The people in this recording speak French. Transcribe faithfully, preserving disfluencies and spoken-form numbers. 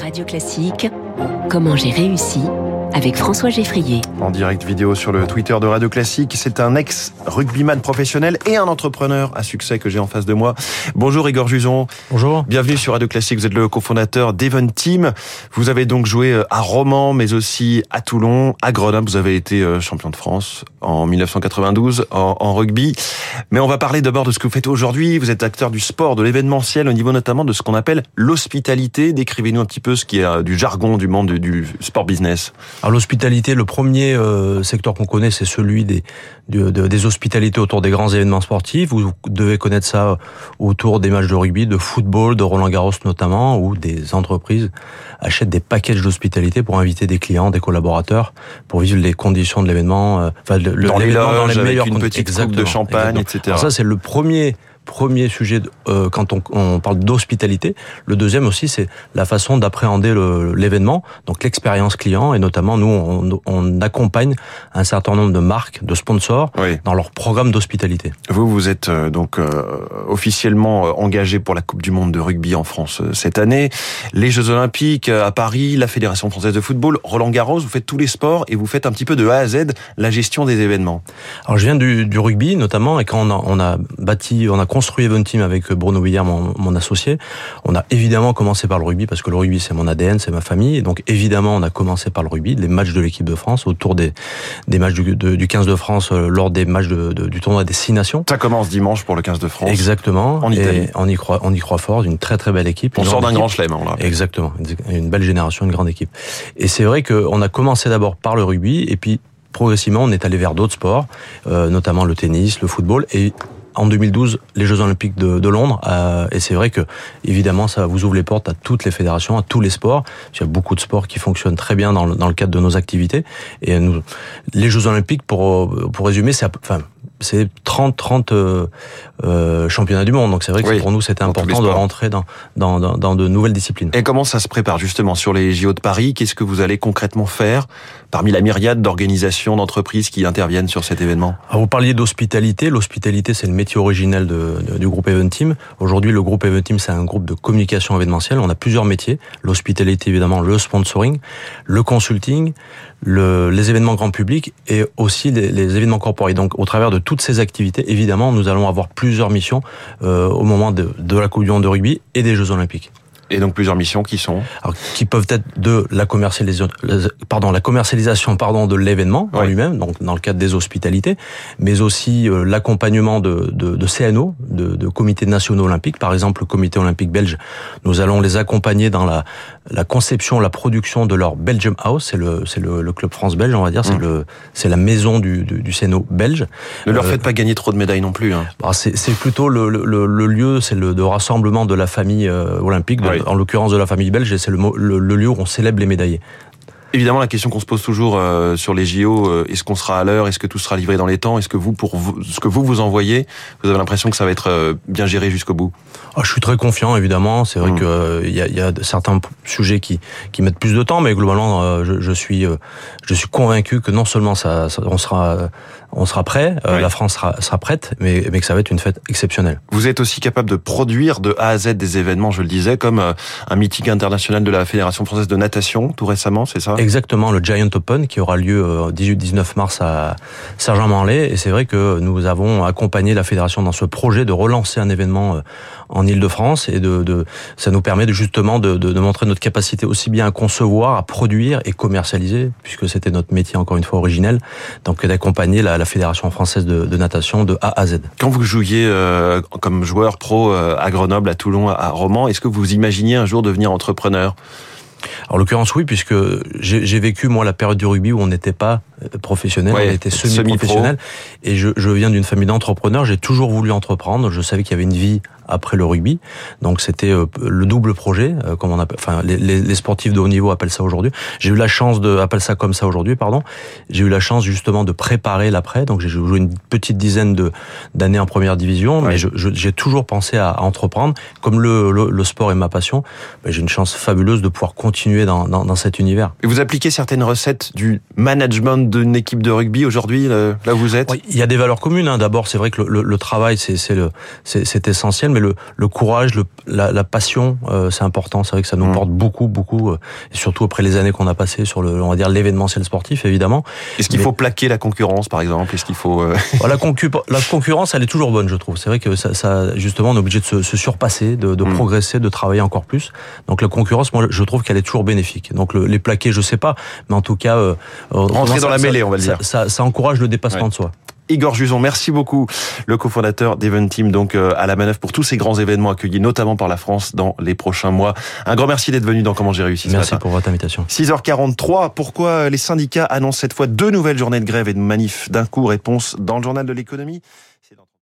Radio Classique, comment j'ai réussi avec François Geffrier. En direct vidéo sur le Twitter de Radio Classique, c'est un ex-rugbyman professionnel et un entrepreneur à succès que j'ai en face de moi. Bonjour Igor Juzon. Bonjour. Bienvenue sur Radio Classique, vous êtes le cofondateur d'Eventeam. Vous avez donc joué à Romans, mais aussi à Toulon, à Grenoble. Vous avez été champion de France en dix-neuf cent quatre-vingt-douze en, en rugby. Mais on va parler d'abord de ce que vous faites aujourd'hui. Vous êtes acteur du sport, de l'événementiel, au niveau notamment de ce qu'on appelle l'hospitalité. Décrivez-nous un petit peu ce qui est du jargon du monde du, du sport business. Alors l'hospitalité, le premier euh, secteur qu'on connaît, c'est celui des, de, de, des hospitalités autour des grands événements sportifs. Vous devez connaître ça autour des matchs de rugby, de football, de Roland-Garros notamment, où des entreprises achètent des packages d'hospitalité pour inviter des clients, des collaborateurs, pour vivre les conditions de l'événement, euh, enfin le, dans les loges, dans les avec meilleures une conditions. petite Exactement, coupe de champagne, exactement. et cetera. Alors ça, c'est le premier Premier sujet euh, quand on, on parle d'hospitalité. Le deuxième aussi, c'est la façon d'appréhender le, l'événement, donc l'expérience client, et notamment nous, on, on accompagne un certain nombre de marques, de sponsors, oui, dans leur programme d'hospitalité. Vous, vous êtes euh, donc euh, officiellement engagé pour la Coupe du Monde de rugby en France euh, cette année, les Jeux Olympiques à Paris, la Fédération Française de Football, Roland-Garros. Vous faites tous les sports et vous faites un petit peu de A à Z la gestion des événements. Alors, je viens du, du rugby notamment, et quand on a, on a bâti, on a construit Eventeam avec Bruno William, mon, mon associé. On a évidemment commencé par le rugby parce que le rugby c'est mon A D N, c'est ma famille. Et donc évidemment on a commencé par le rugby, les matchs de l'équipe de France, autour des, des matchs du, de, du quinze de France, euh, lors des matchs de, de, du tournoi des six nations. Ça commence dimanche pour le quinze de France. Exactement. En Italie. Et on y croit, on y croit fort, une très très belle équipe. On sort d'un grand chelem, on l'a. Exactement. Une belle génération, une grande équipe. Et c'est vrai qu'on a commencé d'abord par le rugby et puis progressivement on est allé vers d'autres sports, euh, notamment le tennis, le football et en deux mille douze, les Jeux Olympiques de, de Londres, euh, et c'est vrai que évidemment ça vous ouvre les portes à toutes les fédérations, à tous les sports. Il y a beaucoup de sports qui fonctionnent très bien dans le, dans le cadre de nos activités. Et nous, les Jeux Olympiques, pour pour résumer, c'est enfin c'est trente trente euh, euh, championnats du monde. Donc c'est vrai que oui, pour nous c'était important de rentrer dans, dans dans dans de nouvelles disciplines. Et comment ça se prépare justement sur les J O de Paris? Qu'est-ce que vous allez concrètement faire parmi la myriade d'organisations, d'entreprises qui interviennent sur cet événement? Alors vous parliez d'hospitalité. L'hospitalité, c'est le métier originel de, de, du groupe Eventeam. Aujourd'hui, le groupe Eventeam, c'est un groupe de communication événementielle. On a plusieurs métiers. L'hospitalité, évidemment, le sponsoring, le consulting, le, les événements grand public et aussi les, les événements corporate. Donc, au travers de toutes ces activités, évidemment, nous allons avoir plusieurs missions euh, au moment de, de la Coupe du Monde de rugby et des Jeux Olympiques. Et donc plusieurs missions qui sont alors, qui peuvent être de la commercialisation pardon la commercialisation pardon de l'événement en oui, lui-même, donc dans le cadre des hospitalités, mais aussi euh, l'accompagnement de, de de C N O, de, de comités nationaux olympiques. Par exemple, le comité olympique belge, nous allons les accompagner dans la la conception, la production de leur Belgium House, c'est le c'est le, le club France belge, on va dire, mmh. c'est le c'est la maison du du, du C N O belge. Ne leur euh, faites pas gagner trop de médailles non plus. Hein. Bah, c'est c'est plutôt le le, le lieu, c'est le de rassemblement de la famille euh, olympique. De, oui. En l'occurrence de la famille belge, et c'est le, le, le lieu où on célèbre les médaillés. Évidemment, la question qu'on se pose toujours euh, sur les J O, euh, est-ce qu'on sera à l'heure, est-ce que tout sera livré dans les temps, est-ce que vous, pour vous, ce que vous vous envoyez, vous avez l'impression que ça va être euh, bien géré jusqu'au bout? Ah, je suis très confiant, évidemment. C'est vrai mmh. que euh, il y a, y a certains sujets qui qui mettent plus de temps, mais globalement, euh, je, je suis euh, je suis convaincu que non seulement ça, ça on sera on sera prêt, euh, oui. la France sera, sera prête, mais mais que ça va être une fête exceptionnelle. Vous êtes aussi capable de produire de A à Z des événements, je le disais, comme euh, un meeting international de la Fédération française de natation tout récemment, c'est ça? Exactement, le Giant Open qui aura lieu euh, dix-huit dix-neuf mars à Saint-Jean-Marlais, et c'est vrai que nous avons accompagné la fédération dans ce projet de relancer un événement euh, en Île-de-France, et de, de ça nous permet de justement de, de, de montrer notre capacité aussi bien à concevoir, à produire et commercialiser, puisque c'était notre métier encore une fois originel, donc d'accompagner la, la Fédération française de, de natation de A à Z. Quand vous jouiez euh, comme joueur pro euh, à Grenoble, à Toulon, à Romans, est-ce que vous imaginiez un jour devenir entrepreneur? En l'occurrence, oui, puisque j'ai, j'ai vécu, moi, la période du rugby où on n'était pas professionnel, ouais, on était semi-professionnel. Semi-pro. Et je, je viens d'une famille d'entrepreneurs, j'ai toujours voulu entreprendre, je savais qu'il y avait une vie après le rugby. Donc c'était euh, le double projet, euh, comme on appelle, enfin les, les, les sportifs de haut niveau appellent ça aujourd'hui. J'ai eu la chance de, appellent ça comme ça aujourd'hui, pardon. J'ai eu la chance justement de préparer l'après. Donc j'ai joué une petite dizaine de d'années en première division, ouais. mais je, je, j'ai toujours pensé à, à entreprendre. Comme le, le, le sport est ma passion, ben, j'ai une chance fabuleuse de pouvoir continuer dans, dans, dans cet univers. Et vous appliquez certaines recettes du management monde d'une équipe de rugby aujourd'hui, là où vous êtes? Oui, il y a des valeurs communes. Hein. D'abord, c'est vrai que le, le, le travail, c'est, c'est, le, c'est, c'est essentiel, mais le, le courage, le, la, la passion, euh, c'est important. C'est vrai que ça nous mmh. porte beaucoup, beaucoup, euh, et surtout après les années qu'on a passées sur le, on va dire l'événementiel sportif, évidemment. Est-ce qu'il mais... faut plaquer la concurrence, par exemple? Est-ce qu'il faut euh... la, concu... la concurrence, elle est toujours bonne, je trouve. C'est vrai que ça, ça justement, on est obligé de se, se surpasser, de, de mmh. progresser, de travailler encore plus. Donc la concurrence, moi, je trouve qu'elle est toujours bénéfique. Donc le, les plaquer, je sais pas, mais en tout cas, euh, rentrer dans la mêlée, on va le dire. Ça, ça, ça encourage le dépassement ouais. de soi. Igor Juzon, merci beaucoup, le cofondateur d'Eventeam, donc euh, à la manœuvre pour tous ces grands événements accueillis notamment par la France dans les prochains mois. Un grand merci d'être venu dans Comment j'ai réussi ce Merci matin. Pour votre invitation. six heures quarante-trois, pourquoi les syndicats annoncent cette fois deux nouvelles journées de grève et de manifs d'un coup? Réponse dans le journal de l'économie.